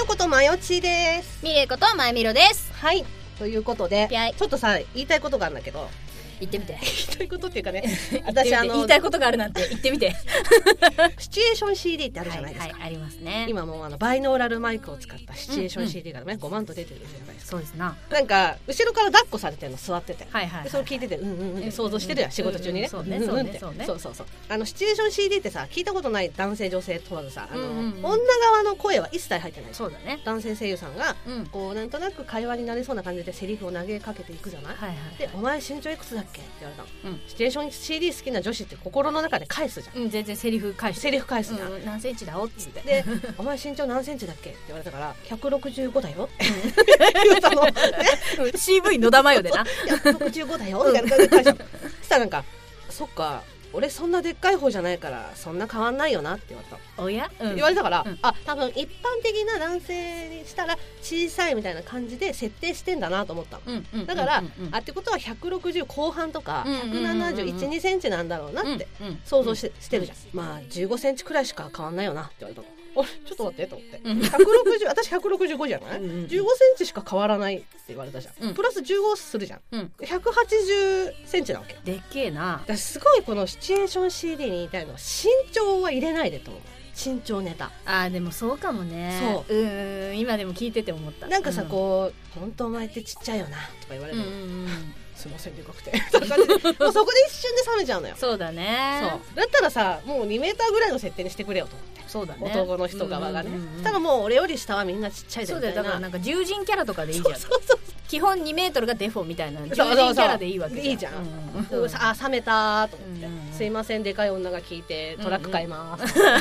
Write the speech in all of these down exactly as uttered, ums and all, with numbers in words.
よことまよちです。 みれことまゆみろです。 はい、ということでちょっとさ言いたいことがあるんだけど、 言ってみて。 言いたいことっていうかね私あの言いたいことがあるなんて言ってみてシチュエーション シーディー ってあるじゃないですか。 はいはい、ありますね。 今もうあのバイノーラルマイクを使ったシチュエーション シーディー がね、うんうん、ごまんと出てるじゃないですか。 そうですな。 なんか後ろから抱っこされてるの座ってて、はいはいはい、でそれ聞いててうんうんうんって想像してるやん、仕事中にね。そうねそうねそうね。そうそうそう。あのシチュエーション シーディー ってさ、聞いたことない男性女性問わずさ、あの、うんうんうん、女側の声は一切入ってない。 そうだね。男性声優さんが、うん、こうなんとなく会話になりそうな感じでセリフを投げかけていくじゃない。はいはいはい、でお前身長いくつだっけって言われたの。うん、シチュエーション シーディー 好きな女子って心の中で返すじゃん。 うん、全然セリフ返す。 セリフ返すじゃん。 うん、何センチだおっつって。 で、お前身長何センチだっけって言われたからひゃくろくじゅうごだよって言ったの。 シーブイ 野田真代でな。 ひゃくろくじゅうごだよみたいな感じで返した。そしたらなんか、そっか。俺そんなでっかい方じゃないからそんな変わんないよなって言われた。 おや、 うん、言われたから、うん、あ多分一般的な男性にしたら小さいみたいな感じで設定してんだなと思ったの、うんうん、だから、うんうん、あってことはひゃくろくじゅう後半とかひゃくななじゅういち、にセンチなんだろうなって想像し て, してるじゃん、うんうん、まあじゅうごセンチくらいしか変わんないよなって言われたの。おちょっと待ってと思って、うん、ひゃくろくじゅう私ひゃくろくじゅうごじゃない、うんうん、じゅうごセンチしか変わらないって言われたじゃん、うん、プラスじゅうごするじゃん、うん、ひゃくはちじゅっセンチなわけでっけえな。 だすごいこのシチュエーション シーディー に言いたいのは身長は入れないでと思う。身長ネタ。 あーでもそうかもね。そううーん今でも聞いてて思った。 なんかさ、うん、こう本当お前ってちっちゃいよなとか言われるの、うんうんうんすいませんでかくてそ, もうそこで一瞬で冷めちゃうのよ。 そうだね。 そうだったらさもうにメーターぐらいの設定にしてくれよと思って。そうだね。男の人側がね、うんうんうん、ただもう俺より下はみんなちっちゃいでみたいな。 そうだよ。だからなんか獣人キャラとかでいいじゃん。そうそうそう基本にメートルがデフォみたいな獣人キャラでいいわけじゃん。いいじゃん、うんうん、あ冷めたと思って、うんうん、すいませんでかい女が聞いてトラック買います、うんうん、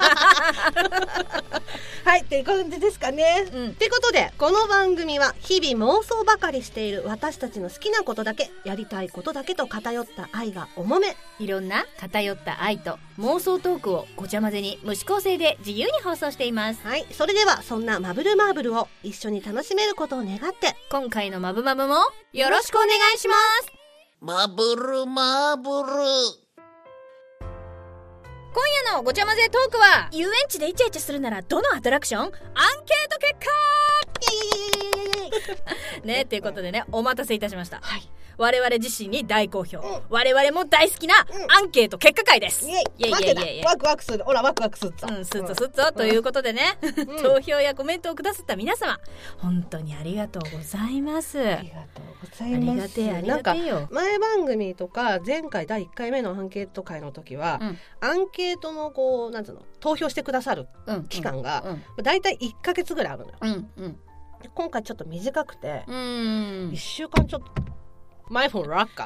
はいっていう感じですかね、うん、ってことでこの番組は日々妄想ばかりしている私たちの好きなことだけやりたいことだけと偏った愛が重め。いろんな偏った愛と妄想トークをごちゃ混ぜに無視構成で自由に放送しています。 はい、それではそんなマブルマーブルを一緒に楽しめることを願って今回のマブマブもよろしくお願いします。 マブルマブル。 今夜のごちゃ混ぜトークは遊園地でイチャイチャするならどのアトラクションアンケート結果ねっていうことでねお待たせいたしました、はい、我々自身に大好評、うん、我々も大好きなアンケート結果会です、うん、イエイイエイイエイイエイワクワクする。ほらワクワクするぞ、 うん、すっぞすっぞ、うん、ということでね、うん、投票やコメントをくださった皆様本当にありがとうございます。 ありがとうございます。ありがてえありがてえよ。なんか前番組とか前回だいいっかいめのアンケート会の時は、うん、アンケートのこうなんつうの投票してくださる期間が、うんうん、だいたいいっかげつぐらいあるのよ、うんうん今回ちょっと短くてうんいっしゅうかんちょっとマイフォンラッカ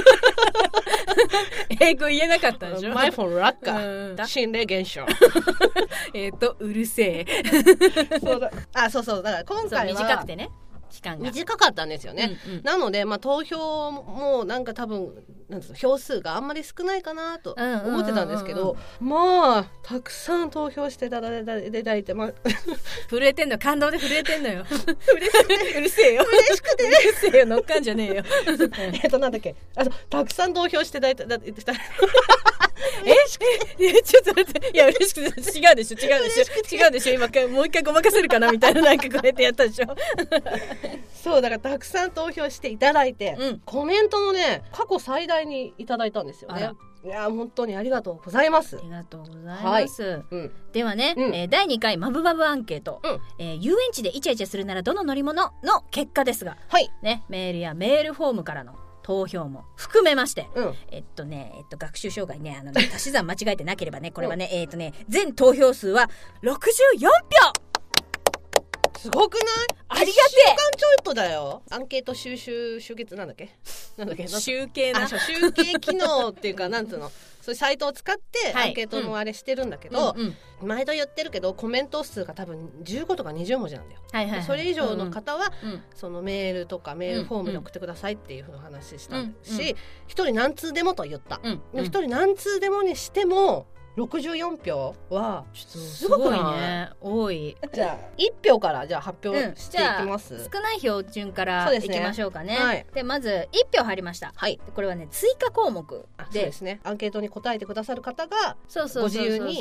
英語言えなかったでしょ。 マイフォンラッカ心霊現象えっとうるせえそうだあそうそうだから今回は短くてね期間が短かったんですよね、うんうん、なので、まあ、投票もなんか多分なんですか票数があんまり少ないかなと思ってたんですけど、うんうんうんうん、まあたくさん投票していただいて、まあ、 震えてんの感動で震えてんのよ嬉しくてうるせえよ嬉しくてうるせえよ乗っかんじゃねえよえっとなんだっけあとたくさん投票していただいてだってええちょっと待っていや嬉しくて違うでしょ違うでしょ違うでしょ今もう一回ごまかせるかなみたいななんかこうやってやったでしょそうだからたくさん投票していただいて、うん、コメントもね過去最大にいただいたんですよね。いや本当にありがとうございます。 ありがとうございます、はいうん、ではね、うんえー、だいにかいマブマブアンケート、うんえー、遊園地でイチャイチャするならどの乗り物の結果ですが、はいね、メールやメールフォームからの投票も含めまして、うん、えっとね、えっと学習障害ね、あのね足し算間違えてなければね、これはね、うん、えっとね全投票数はろくじゅうよんひょう。 すごくない？ ありがてえ。いっしゅうかんちょいとだよ。アンケート収集集結なんだっけ？なんだっけ？ 集計な。 集計機能っていうかなんつうの。そういうサイトを使ってアンケートのあれしてるんだけど、はいうんうん、毎度言ってるけどコメント数が多分じゅうごとかにじゅうもじなんだよ、はいはいはい、それ以上の方は、うんうん、そのメールとかメールフォームで送ってくださいっていう話したし、うんうん、一人何通でもと言った、うんうん、一人何通でもにしてもろくじゅうよんひょうはすごくないね。 多い。 じゃあいち票からじゃあ発表していきます、 うん、少ない票順からいきましょうかね。で、ねはい、でまずいち票入りました、はい、これはね追加項目で、 そうですね、アンケートに答えてくださる方がご自由に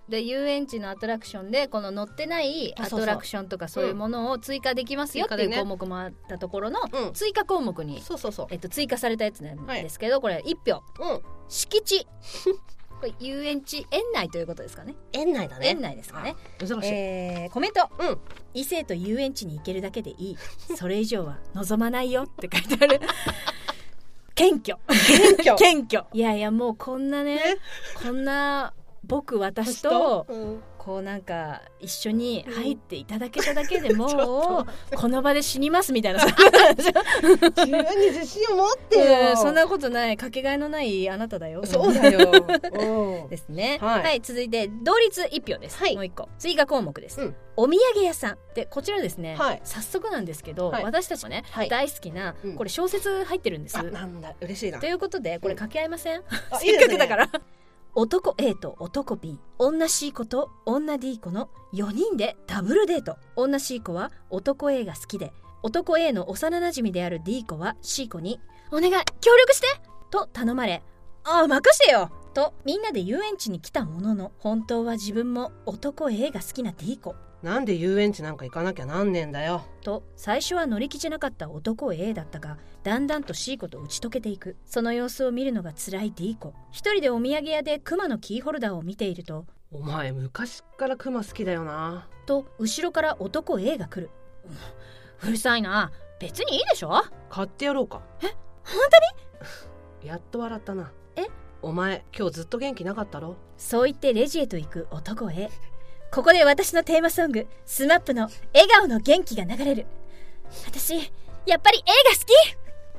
で遊園地のアトラクションでこの乗ってないアトラクションとかそういうものを追加できますよっていう項目もあったところの追加項目に、そうそうそう、えっと、追加されたやつなんですけど、はい、これいち票、うん、敷地これ遊園地園内ということですかね。 園内だね。 園内ですかね。 珍しい。 えー、コメント、うん、異性と遊園地に行けるだけでいいそれ以上は望まないよって書いてある謙虚謙虚謙虚。いやいやもうこんなねこんな僕私と、うん、こうなんか一緒に入っていただけただけでもうこの場で死にますみたいな自分に自信を持ってよ、 うん、そんなことない、かけがえのないあなただよ。 そうだよですね、はい、はい、続いて同率いち票です、はい、もういっこ追加項目です、うん、お土産屋さんでこちらですね、はい、早速なんですけど、はい、私たちもね、はい、大好きな、うん、これ小説入ってるんです。 あ、なんだ嬉しいな。 ということでこれ掛け合いません、うん、せっかくだから男 A と男 B、 女 C 子と女 D 子のよにんでダブルデート。女 C 子は男 A が好きで、男 A の幼馴染である D 子は C 子にお願い協力してと頼まれ、ああ任してよとみんなで遊園地に来たものの、本当は自分も男 A が好きな D 子、 なんで遊園地なんか行かなきゃなんねんだよと最初は乗り気じゃなかった男 A だったが、だんだんと C 子と打ち解けていく。その様子を見るのが辛い D 子。一人でお土産屋でクマのキーホルダーを見ていると、 お前昔からクマ好きだよなと後ろから男 A が来る。うるさいな、別にいいでしょ、 買ってやろうか。 え、本当にやっと笑ったな。 え、 お前今日ずっと元気なかったろ。 そう言ってレジへと行く男 A。ここで私のテーマソングスマップの笑顔の元気が流れる。私やっぱり A が好き。 う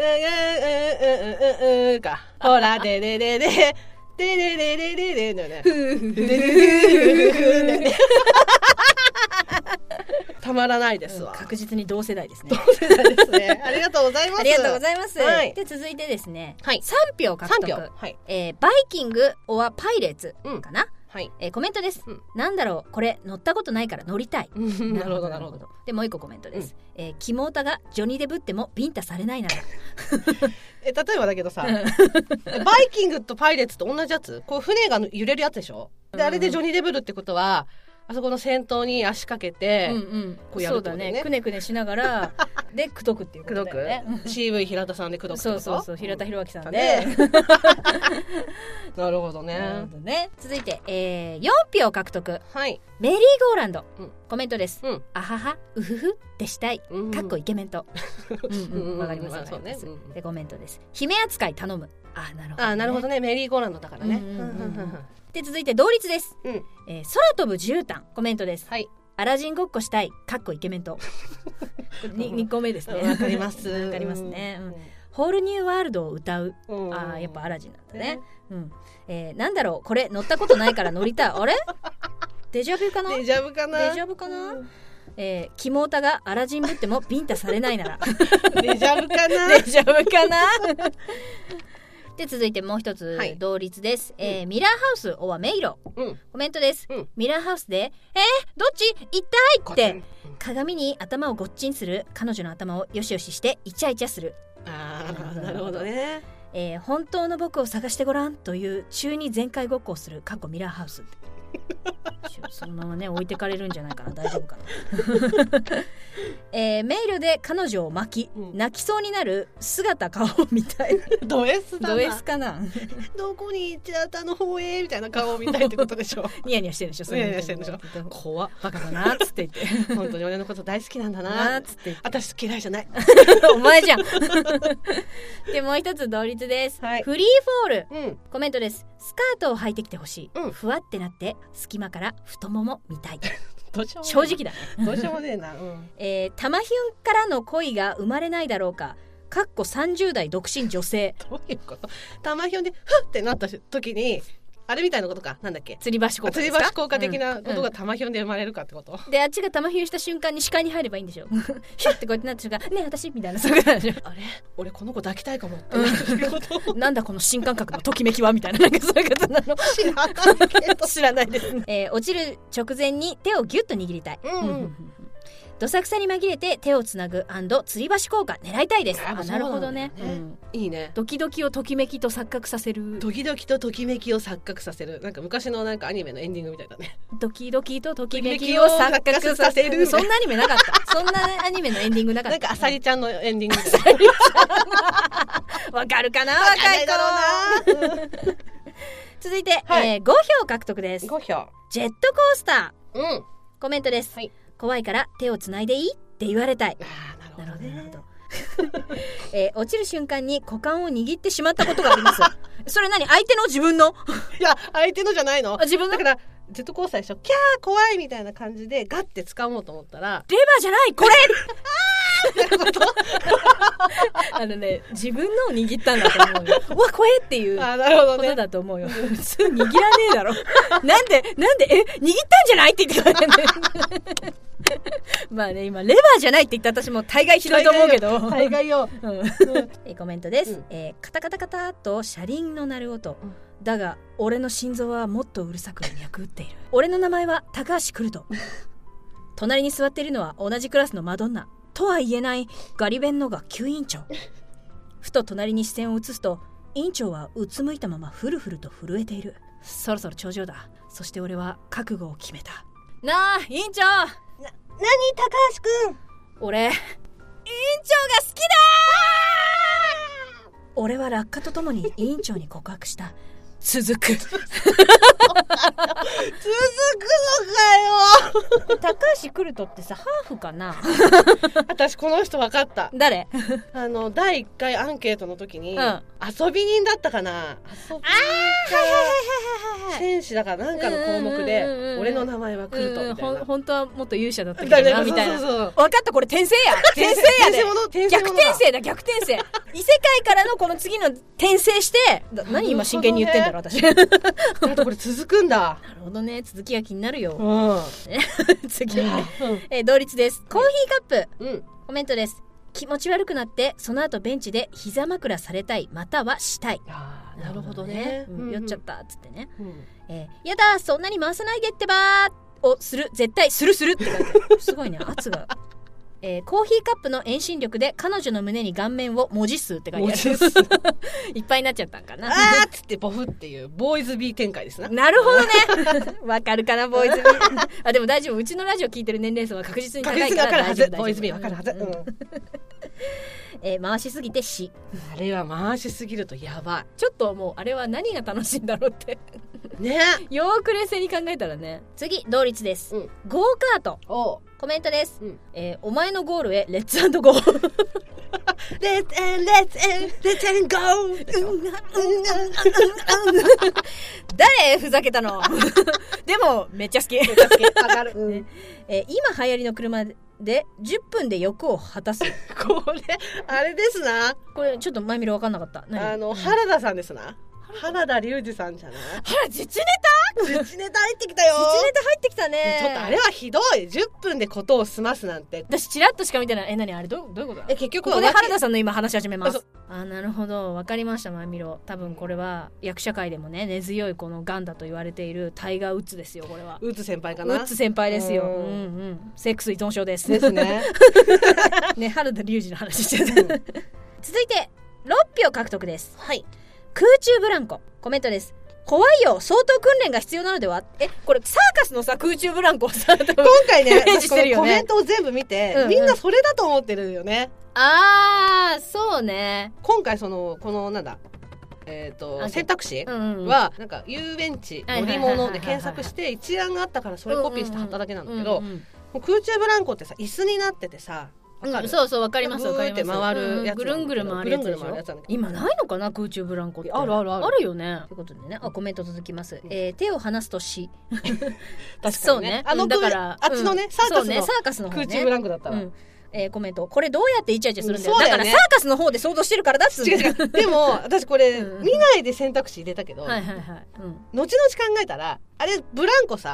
ーんうんうんうんうんか、ほらでででででででででででででたまらないですわ。 確実に同世代ですね。 同世代ですね。ありがとうございます。 ありがとうございます。で続いてですね、さん票獲得。バイキング or パイレーツかな。はい、えー、コメントです、うん、なんだろうこれ乗ったことないから乗りたいなるほどなるほど。 でもう一個コメントです、うん、えー、キモータがジョニーデブってもビンタされないならえ例えばだけどさバイキングとパイレーツと同じやつ、こう船が揺れるやつでしょ。であれでジョニーデブルってことはあそこの先頭に足かけて、うんうん、こうやるってことね。そうだね、くねくねしながらで口説くっていうことだよね。シーブイ 平田さんで口説くってこと。そうそうそう、平田博明さんでなるほどね。なるほどね。続いて、えー、よん票獲得、はい、メリーゴーランド、うん、コメントです、うん、あははうふふでしたい、うん、かっこイケメンとわかりますよね。でコメントです、姫扱い頼む。あ、なるほどね。あ、なるほどね、メリーゴーランドだからね。で続いて同率です、うん、えー、空飛ぶ絨毯、コメントです、はい、アラジンごっこしたいかっこイケメンとにこめですね。わかりますわかりますね、うん、ホールニューワールドを歌う。あ、やっぱアラジンなんだね、うん、えー、なんだろうこれ乗ったことないから乗りたいあれデジャブかなデジャブかなデジャブかな、うん、えー、キモータがアラジンぶってもビンタされないならデジャブかなデジャブかなで続いてもう一つ、はい、同率です、えーうん、ミラーハウスおはメイロ、うん、コメントです、うん、ミラーハウスでえー、どっち痛いって、うん、鏡に頭をごっちんする彼女の頭をよしよししてイチャイチャする。 あー、なるほどね。 えー、本当の僕を探してごらんという中二全開ごっこをする過去ミラーハウスそのままね置いてかれるんじゃないかな、大丈夫かな、えー、メールで彼女を巻き、うん、泣きそうになる姿顔みたいド S だな。 ド S かなどこに行っちゃったの方へみたいな顔みたいってことでしょニヤニヤしてるでしょ。 ニヤニヤしてるでしょ。怖っ、 バカだなっつって言って本当に俺のこと大好きなんだなっつって私嫌いじゃないお前じゃんでもう一つ同率です、はい、フリーフォール、うん、コメントです。スカートを履いてきてほしい、うん、ふわってなって隙間から太もも見たい正直だねどうしようもねえな、うん、 えー、玉ヒュンからの恋が生まれないだろうかかっこさんじゅう代独身女性どういうこと。玉ヒュンでふってなった時にあれみたいなことか、なんだっけ、 吊り橋効果ですか。 吊り橋効果的なことが玉ひょんで生まれるかってこと、 うん、であっちが玉ひょんした瞬間に視界に入ればいいんでしょヒュッてこうやってなった瞬間ねえ私みたいな、そういうことなんでしょ。 あれ俺この子抱きたいかもって、 うん、なんだこの新感覚のときめきはみたいな、なんかそういうことなの知らないけど知らないですね、えー、落ちる直前に手をギュッと握りたい、うんうんどさくさに紛れて手をつなぐ&吊り橋効果狙いたいです。あ、なるほどね、うん、 いいね。 ドキドキをときめきと錯覚させる。 ドキドキとときめきを錯覚させる。なんか昔のなんかアニメのエンディングみたいだね。 ドキドキとときめきを錯覚させる。そんなアニメなかったそんなアニメのエンディングなかった。 なんかあさりちゃんのエンディングみたいなわかるかな、若い子続いて、はい、えー、ごひょう獲得です。 ごひょう。 ジェットコースター、うん、コメントです、はい、怖いから手をつないでいいって言われたい。 あ、なるほどね。なるほどえー、落ちる瞬間に股間を握ってしまったことがありますそれ何、相手の自分のいや相手のじゃないの。 あ、自分のだからジェットコースターでしょ、キャー怖いみたいな感じでガッて掴もうと思ったらレバーじゃないこれあのね、自分のを握ったんだと思うようわ怖えっていうことだと思うよ。普通握らねえだろなんでなんでえ握ったんじゃないって言って言われてまあね、今レバーじゃないって言った私も大概ひどいと思うけど大概よ、うん、 えコメントです、うん、えー、カタカタカタと車輪の鳴る音、うん、だが俺の心臓はもっとうるさく脈打っている俺の名前は高橋クルト隣に座っているのは同じクラスのマドンナとは言えないガリ勉の学級委員長ふと隣に視線を移すと委員長はうつむいたままフルフルと震えている。そろそろ頂上だ。そして俺は覚悟を決めた。なあ委員長、な、 何高橋くん、 俺委員長が好きだ俺は落下とともに委員長に告白した。続く続くのかよ高橋クルトってさハーフかな私この人分かった。 誰あのだいいっかいアンケートの時に、うん、遊び人だったかな、遊び人か戦士だからなんかの項目で俺の名前はクルトみたいな、 本当はもっと勇者だったけどなみたいな。分かった、これ転生や転生やで逆転生だ逆転生異世界からのこの次の転生して何今真剣に言ってんだろう私あとこれ続くんだ。 なるほどね、続きが気になるよ、 うん、 次、うん、えー、同率です。コーヒーカップ、うん、コメントです。気持ち悪くなってその後ベンチで膝枕されたいまたはしたい。 あ、なるほどね、 うん、酔っちゃったっつってね、うん、えー、やだそんなに回さないでってばーをする、絶対するするって書いてあるすごいね圧がえー、コーヒーカップの遠心力で彼女の胸に顔面を文字数って書いてあるいっぱいになっちゃったんかな。 あーっつってボフっていうボーイズビー展開ですな。 なるほどねわかるかなボーイズビーあでも大丈夫、うちのラジオ聞いてる年齢層は確実に高いから大丈夫。 ボーイズビーわかるはず、うんうんえー、回しすぎて死。 あれは回しすぎるとやばい。 ちょっともうあれは何が楽しいんだろうってねよーく冷静に考えたらね。次同率です、うん、ゴーカート。おコメントです、うん、えー、お前のゴールへレッツ&ゴーレッツ&レッツ&レッツ&ゴー誰ふざけたのでもめっちゃ好きめっちゃ好きわかる、ねえー、今流行りの車でじゅっぷんで欲を果たすこれあれですな。 これちょっと前見る分かんなかった。 あの原田さんですな。原田龍二さんじゃない。 あら実ネタ実ネタ入ってきたよ。 実ネタ入ってきたね。 ちょっとあれはひどい。じゅっぷんでことを済ますなんて。 私チラッとしか見てない。え何あれどうどういうことだ。 え結局はここで原田さんの今話し始めます。あなるほど分かりました。まみろ多分これは役者界でもね根強いこのガンだと言われているタイガー・ウッズですよ。これはウッズ先輩かな。 ウッズ先輩ですよ。うんうん、セックス依存症ですですねね原田龍二の話してた、うん、続いてろっぴょう獲得です。 はい空中ブランココメントです。怖いよ相当訓練が必要なのでは。えこれサーカスのさ空中ブランコをさ今回ね私このコメントを全部見て、うんうん、みんなそれだと思ってるよね。 あーそうね。 今回そのこのなんだえー、と選択肢はなんか遊園地乗り物で検索して一覧があったからそれコピーして貼っただけなんだけど、空中ブランコってさ椅子になっててさ、 うん、そうそうわかりますわかります。 回るやつ、 ぐるんぐる回るやつでしょ。今ないのかな空中ブランコって。あるあるあるあるよね。ということでね、あコメント続きます、うんえー、手を離すと死確かに、ね、 そうねあのだからあっちのね、うん、サーカスの、ね、 サーカスの方ね、 空中ブランコだったら、うんえー、コメントこれどうやってイチャイチャするんだよ、うん、だからサーカスの方で想像してるからだっつう違う違うでも私これ見ないで選択肢入れたけど、はいはいはい、うん、後々考えたらあれブランコさ、うん、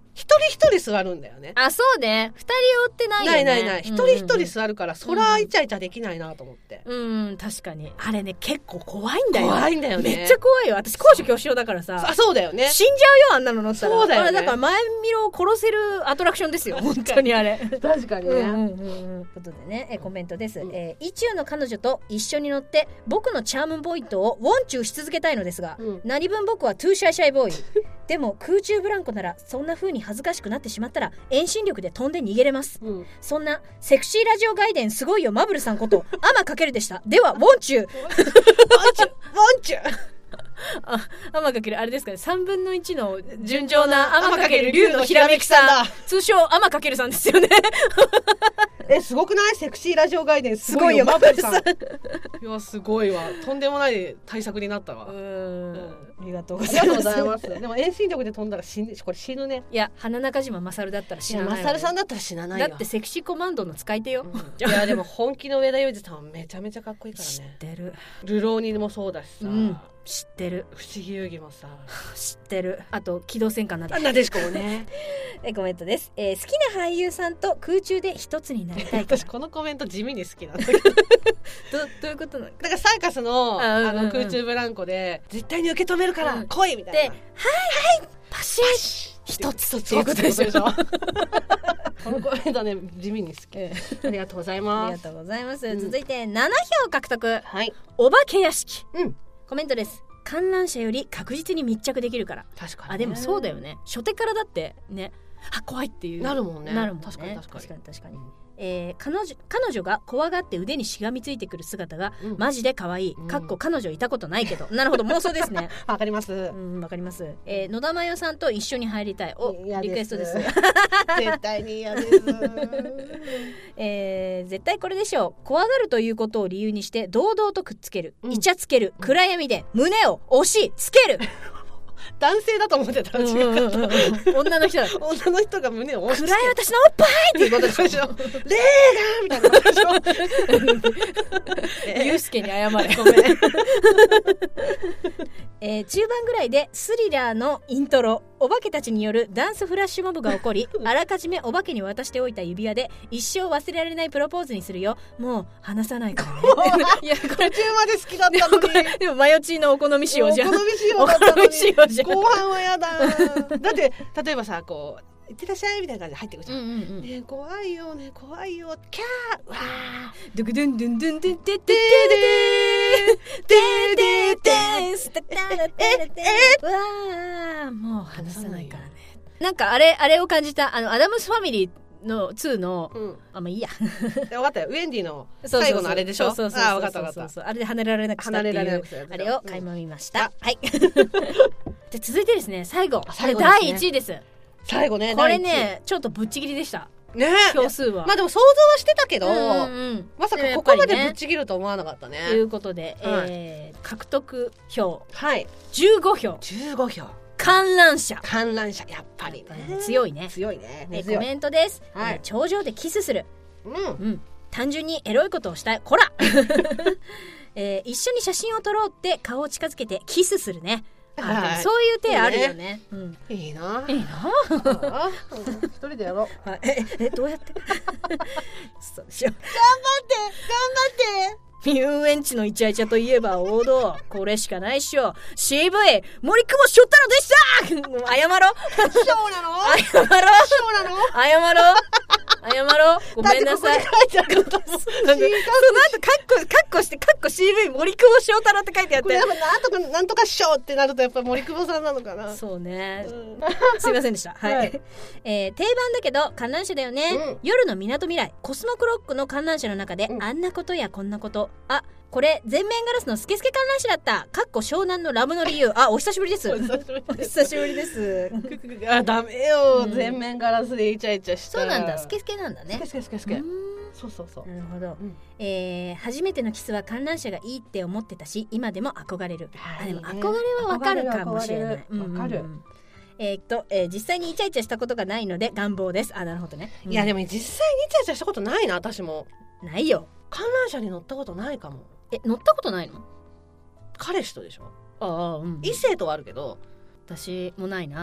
一人一人座るんだよね。 あ、そうね。二人追ってないよね。 ないないない。一人一人座るから、そらイチャイチャできないなと思って。 うん、うん、確かに。あれね、結構怖いんだよ。 怖いんだよね。 めっちゃ怖いよ。私、高所恐怖症だからさ。 あ、そうだよね。 死んじゃうよ、あんなの乗ったら。 そうだよね。あれだから前見ろを殺せるアトラクションですよ。本当にあれ。 確かにね。うんうんうん。 ということでね、えコメントです。うん、えー、意中の彼女と一緒に乗って、僕のチャームポイントをウォンチューし続けたいのですが、うん、何分僕はトゥーシャイシャイボーイ。でも空中ブランコならそんな風に恥ずかしくなってしまったら遠心力で飛んで逃げれます、うん、そんなセクシーラジオ外伝すごいよマブルさんことアマかけるでした。ではウォンチューウォンチューウォンチューあ、アマかけるあれですかね、さんぶんのいちの純情なアマかける竜のひらめきさん、通称アマかけるさんですよねえ、すごくない？セクシーラジオ外伝すごいよマブルさん。いや、すごいわ。とんでもない対策になったわ。うーん、 うん、ありがとうございます。 でも遠心力で飛んだら死ぬ、これ死ぬね。 いや、花中島勝だったら死なない。 勝さんだったら死なないよ。 だってセクシーコマンドの使い手よ。うん、 いや、でも本気の上田裕二さんはめちゃめちゃかっこいいからね。 知ってる。 ルローニもそうだしさ。うん、 知ってる。 不思議遊戯もさ知ってる。あと機動戦艦なでなでしこもねえコメントです、えー、好きな俳優さんと空中で一つになりたいから私このコメント地味に好きなんだけどど, どういうことなの？ だからサーカス の, あ、うんうんうん、あの空中ブランコで絶対に受け止めるから、うん、来いみたいなで、はいはいパシッ一つっていうことでしょこのコメントね地味に好き、えー、ありがとうございます。 ありがとうございます、うん、続いてなな票獲得、 はい、 お化け屋敷、うん、コメントです。観覧車より確実に密着できるから。 確かに、ね、 あでもそうだよね。初手からだってね、あ怖いっていうなるもんね。 なるもんね。 確かに確かに確かに確かに、うん、えー、彼女彼女が怖がって腕にしがみついてくる姿が、うん、マジで可愛い、うん、かっこ彼女いたことないけどなるほど妄想ですねわかります。 うんわかります、えー、野田真代さんと一緒に入りたい。おリクエストです絶対に嫌ですえー、絶対これでしょう。怖がるということを理由にして堂々とくっつける、うん、イチャつける、暗闇で胸を押しつける男性だと思ってたら違うかった、うんうんうん、女の人だ女の人が胸を押しつける暗い私のおっぱいっていうことでしょレーガーみたいなことでしょユウスケに謝れごめんえー、中盤ぐらいでスリラーのイントロ、お化けたちによるダンスフラッシュモブが起こりあらかじめお化けに渡しておいた指輪で一生忘れられないプロポーズにするよ。もう離さないからねいやこれ途中まで好きだったのにでも、でもマヨチーのお好み仕様じゃん。 お好み仕様だったのに後半はやだだって例えばさこういってらっしゃいみたいな感じで入ってくるじゃん、うんうんうん、ね怖いよね怖いよキャーわードゥクドゥンドゥンドゥンドゥンテッテッテッテッスタタラタラタラわーもう離さないからね。なんかあれあれを感じた。あのアダムスファミリーのツーの、うん、あまあいいや分かったよ。ウェンディの最後のあれでしょ。 そうそうそうそう。あ分かった分かった。あれで離れられなくしたっていうあれを垣間見ました、うん、はいで続いてですね最後最後ですね、だいいちいです。 最後ねこれねちょっとぶっちぎりでしたね。 票数はまあでも想像はしてたけど、うんうん、まさかここまでぶっちぎると思わなかったね。 ということで、はい、えー、獲得票、 はい、 じゅうごひょう。 じゅうごひょう。 観覧車観覧車やっぱりね強いね強いね。 えコメントです、はい、えー、頂上でキスする、うん、うん、単純にエロいことをしたいこら、えー、一緒に写真を撮ろうって顔を近づけてキスするね。はい、そういう手あるよね。いいね、うん、 いいな。 いいな。 一人でやろう。 はい、ええどうやって？そうしよう。 頑張って頑張って。 遊園地のイチャイチャといえば王道これしかないっしょ。 シーブイ 森久保翔太郎でした謝ろうそうなの謝ろうそうなの謝ろう謝ろうごめんなさい。その後カッコカッコしてカッコ シーブイ 森久保翔太郎って書いてあって、これやっぱなんとかなんとか賞ってなるとやっぱ森久保さんなのかな。 そうね、うん、すいませんでしたはい、はい、えー、定番だけど観覧車だよね、うん、夜のみなとみらいコスモクロックの観覧車の中で、うん、あんなことやこんなこと、あこれ全面ガラスのスケスケ観覧車だった。かっこ湘南のラブの理由。あお久しぶりですお久しぶりですあダメよ、うん、全面ガラスでイチャイチャした。 そうなんだスケスケなんだね。 スケスケスケスケそうそうそう。 なるほど、うん、えー、初めてのキスは観覧車がいいって思ってたし今でも憧れる。あでも憧れはわかるかもしれない。わかる。 えー、っと、えー、実際にイチャイチャしたことがないので願望です。あなるほどね、 うん、いやでも実際にイチャイチャしたことないな。私もないよ。 観覧車に乗ったことないかも。 え乗ったことないの？ 彼氏とでしょ。 ああ、うん、 異性とはあるけど私もないな。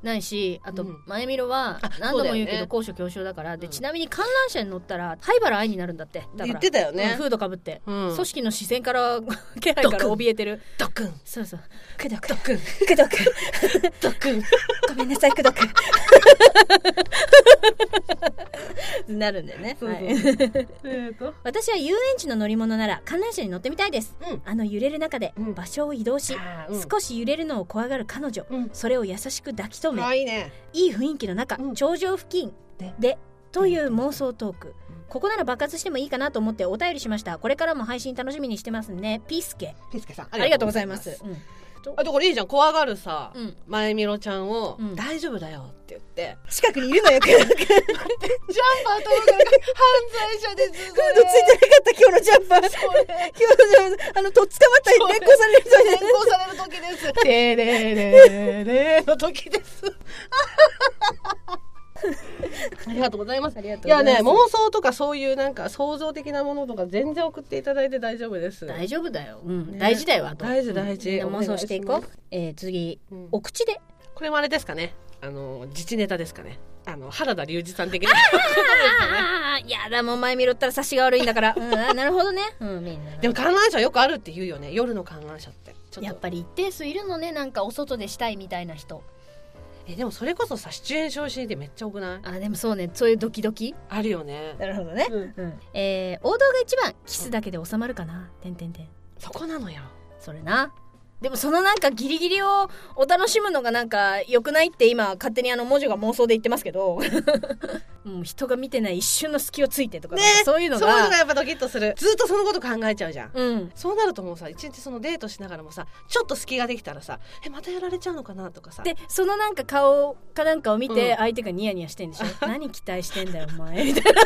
ないし、あと、うん、前みろは何度も言うけど高所恐怖症だから、でちなみに観覧車に乗ったら灰原愛になるんだって。だから言ってたよね、 うん、フードかぶって、うん、組織の視線から気配から怯えてるドックン、 そうそう、クドクドックンクドクドックンごめんなさいクドクなるんだよね。そうそう、はい、私は遊園地の乗り物なら観覧車に乗ってみたいです、うん、あの揺れる中で場所を移動し、うん、少し揺れるのを怖がる彼女、うん、それを優しく抱き留め、いいね、いい雰囲気の中、うん、頂上付近で、でという妄想トーク、ここなら爆発してもいいかなと思ってお便りしました。これからも配信楽しみにしてますね。ピースケピースケさんありがとうございます。うん、 あとこれいいじゃん、怖がるさ、うん、前みろちゃんを、うん、大丈夫だよって言って近くにいるのよジャンパーと犯罪者です。 フードついてなかった今日のジャンパー、今日のジャンパーあのとっ捕まったり連行される人連行される時ですでれれれの時ですありがとうございます。いやね、妄想とかそういうなんか創造的なものとか全然送っていただいて大丈夫です。 大丈夫だよ、うん、ね、大事だよ。あと大事大事、 うん、妄想していこう。えー、次、うん、お口で、 これもあれですかね、あの自治ネタですかね、あの原田龍二さん的なあーやだ、もう前見ろったら察しが悪いんだから、うん、なるほどね、うん、みんなでも観覧車よくあるって言うよね、夜の観覧車ってちょっとやっぱり一定数いるのね、なんかお外でしたいみたいな人。 えでもそれこそさ、シチュエーションシーンでめっちゃ多くない？ あでもそうね、そういうドキドキあるよね。 なるほどね、うんうん、えー、王道が一番、キスだけで収まるかな、てんてんてん。 そこなのよ、 それな。でもそのなんかギリギリをお楽しむのがなんか良くないって今勝手にあの文字が妄想で言ってますけどもう人が見てない一瞬の隙をついてとか、ね、そういうのがそういうのがやっぱドキッとする。ずっとそのこと考えちゃうじゃん、うん、そうなるともうさ、一日そのデートしながらもさ、ちょっと隙ができたらさ、えまたやられちゃうのかなとかさ、 でそのなんか顔かなんかを見て相手がニヤニヤしてんでしょ、うん、何期待してんだよお前みたいな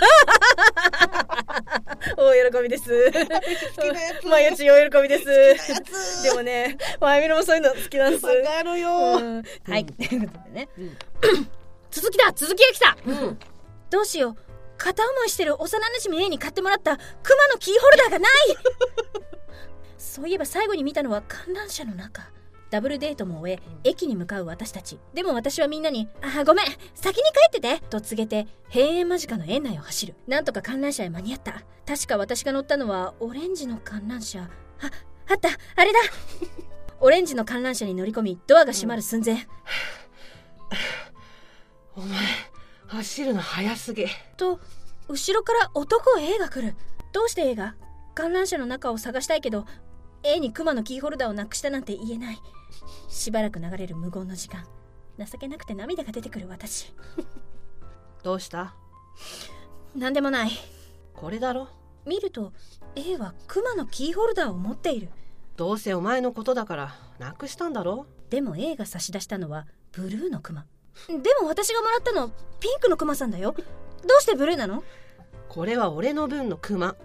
大喜びです毎日大喜びですでもね、まゆみろもそういうの好きなんです。 わかるよ、うん、 はい、ということでね、うん、続きだ、続きが来た、うん、どうしよう、片思いしてる幼馴染 A に買ってもらったクマのキーホルダーがないそういえば最後に見たのは観覧車の中。ダブルデートも終え、うん、駅に向かう私たち。でも私はみんなに、あ、ごめん、先に帰っててと告げて閉園間近の園内を走る。なんとか観覧車へ間に合った。確か私が乗ったのはオレンジの観覧車。あ、あった、あれだオレンジの観覧車に乗り込み、ドアが閉まる寸前、うん、 お前走るの早すぎと後ろから男 A が来る。どうして A が？観覧車の中を探したいけど A にクマのキーホルダーをなくしたなんて言えない。しばらく流れる無言の時間、情けなくて涙が出てくる私どうした？ なんでもない。 これだろ。見ると A はクマのキーホルダーを持っている。 どうせお前のことだからなくしたんだろ。 でも A が差し出したのはブルーのクマ。でも私がもらったのピンクのクマさんだよ。どうしてブルーなの？ これは俺の分のクマあ,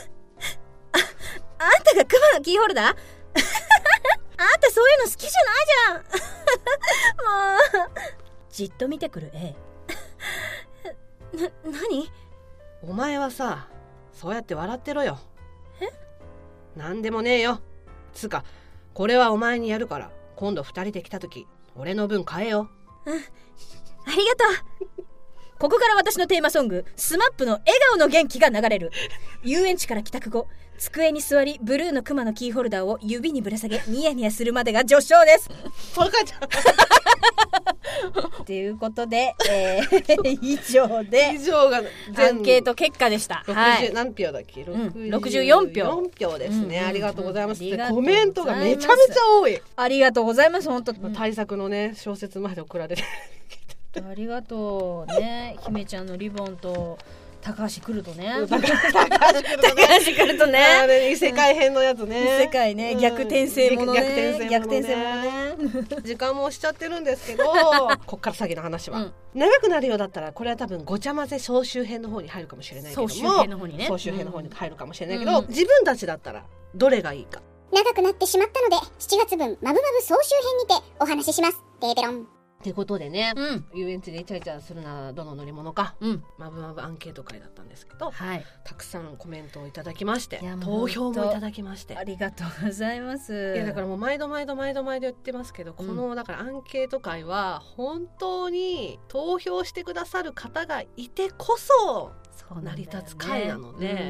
あんたがクマのキーホルダーあんたそういうの好きじゃないじゃんもうじっと見てくる A な、何？ お前はさ、そうやって笑ってろよ。 え？ なんでもねえよ。つうかこれはお前にやるから、今度二人で来た時俺の分買えよ。 うん、ありがとうここから私のテーマソング、スマップの笑顔の元気が流れる。遊園地から帰宅後、机に座りブルーのクマのキーホルダーを指にぶら下げニヤニヤするまでが序章ですそうかちゃんということで、えー、以上で以上がアンケート結果でした。 ろくじゅう、はい、何票だっけ？ ろくじゅう、ろくじゅうよん票よん票ですね、うんうん、ありがとうございます。コメントがめちゃめちゃ多い。 ありがとうございます。本当、うん、 対策のね小説まで送られてありがとうね。姫ちゃんのリボンと高橋来るとね高橋来るとねあれ異世界編のやつね、 異世界ね、逆転性ものね、 逆転性ものね時間も押しちゃってるんですけどこっから先の話は、うん、長くなるようだったらこれは多分ごちゃ混ぜ総集編の方に入るかもしれないけども、 総集編の方にね、 総集編の方に入るかもしれないけど、うん、自分たちだったらどれがいいか。 長くなってしまったのでしちがつぶんマブマブ総集編にてお話しします。ペーペロンってことでね、うん、遊園地でイチャイチャするならどの乗り物か、うん、まぶまぶアンケート会だったんですけど、はい、たくさんコメントをいただきまして投票もいただきまして、 ありがとうございます。 いやだからもう毎度毎度毎度毎度言ってますけど、うん、このだからアンケート会は本当に投票してくださる方がいてこそ成り立つ会なので、うんうんうん、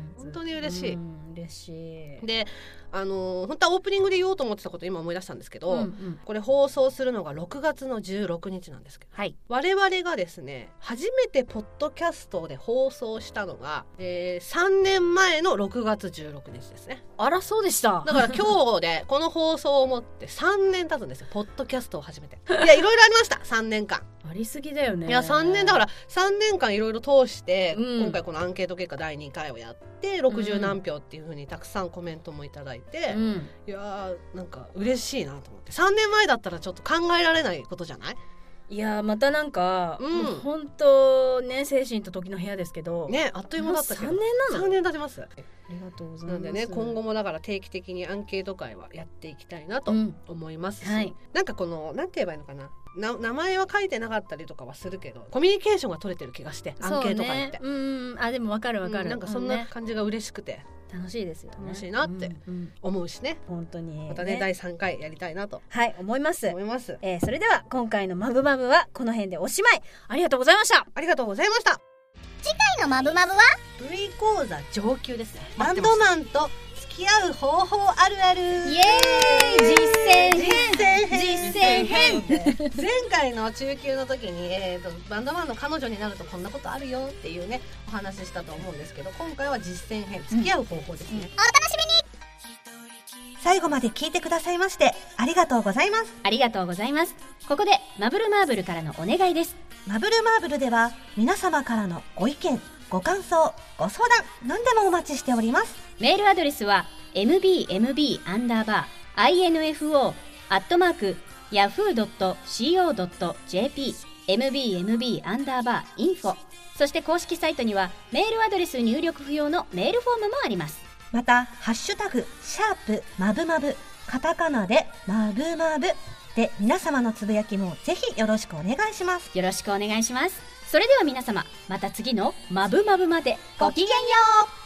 本当に嬉しい、うん、 嬉しい。 であのー、本当はオープニングで言おうと思ってたこと今思い出したんですけど、うんうん、これ放送するのがろくがつのじゅうろくにちなんですけど、はい、我々がですね初めてポッドキャストで放送したのが、えー、さんねんまえのろくがつじゅうろくにちですね。 あらそうでした。 だから今日でこの放送をもってさんねん経つんですよ、ポッドキャストを始めて。いやいろいろありましたさんねんかん。 ありすぎだよね。 いやさんねんだからさんねんかんいろいろ通して、うん、今回このアンケート結果だいにかいをやってろくじゅうなんぴょうっていう風にたくさんコメントもいただいて、うん、いやーなんか嬉しいなと思って。さんねんまえだったらちょっと考えられないことじゃない？ いやまたなんか、うん、もう本当ね精神と時の部屋ですけどね、あっという間だったけどさんねんなの？ さんねん経ちます。 ありがとうございます。 なんでね今後もだから定期的にアンケート会はやっていきたいなと思いますし、うんはい、なんかこのなんて言えばいいのかな、な名前は書いてなかったりとかはするけどコミュニケーションが取れてる気がしてアンケート会って、 う、ね、うんあでも分かる分かる、うん、 なんかそんな感じが嬉しくて、 楽しいですよね。 楽しいなって思うしね、 うんうん、本当に、ね、 またねだいさんかいやりたいなとはい思います思います、 えー、それでは今回のマブマブはこの辺でおしまい。ありがとうございました。 ありがとうございました。 次回のマブマブは V 講座上級ですね。バンドマンと付き合う方法あるある、イエーイ実践編実践編前回の中級の時に、えー、とバンドマンの彼女になるとこんなことあるよっていうねお話ししたと思うんですけど、今回は実践編付き合う方法ですね、うんうん、 お楽しみに。最後まで聞いてくださいましてありがとうございます。 ありがとうございます。ここでマブルマーブルからのお願いです。 マブルマーブルでは皆様からのご意見ご感想ご相談何でもお待ちしております。 メールアドレスは エムビーエムビー アンダーバー インフォ アットマーク ヤフー ドット シーオー ドット ジェーピー エムビーエムビー アンダーバー インフォ、そして公式サイトにはメールアドレス入力不要のメールフォームもあります。 またハッシュタグシャープマブマブカタカナでマブマブで皆様のつぶやきもぜひよろしくお願いします。 よろしくお願いします。それでは皆様また次のマブマブまでごきげんよう。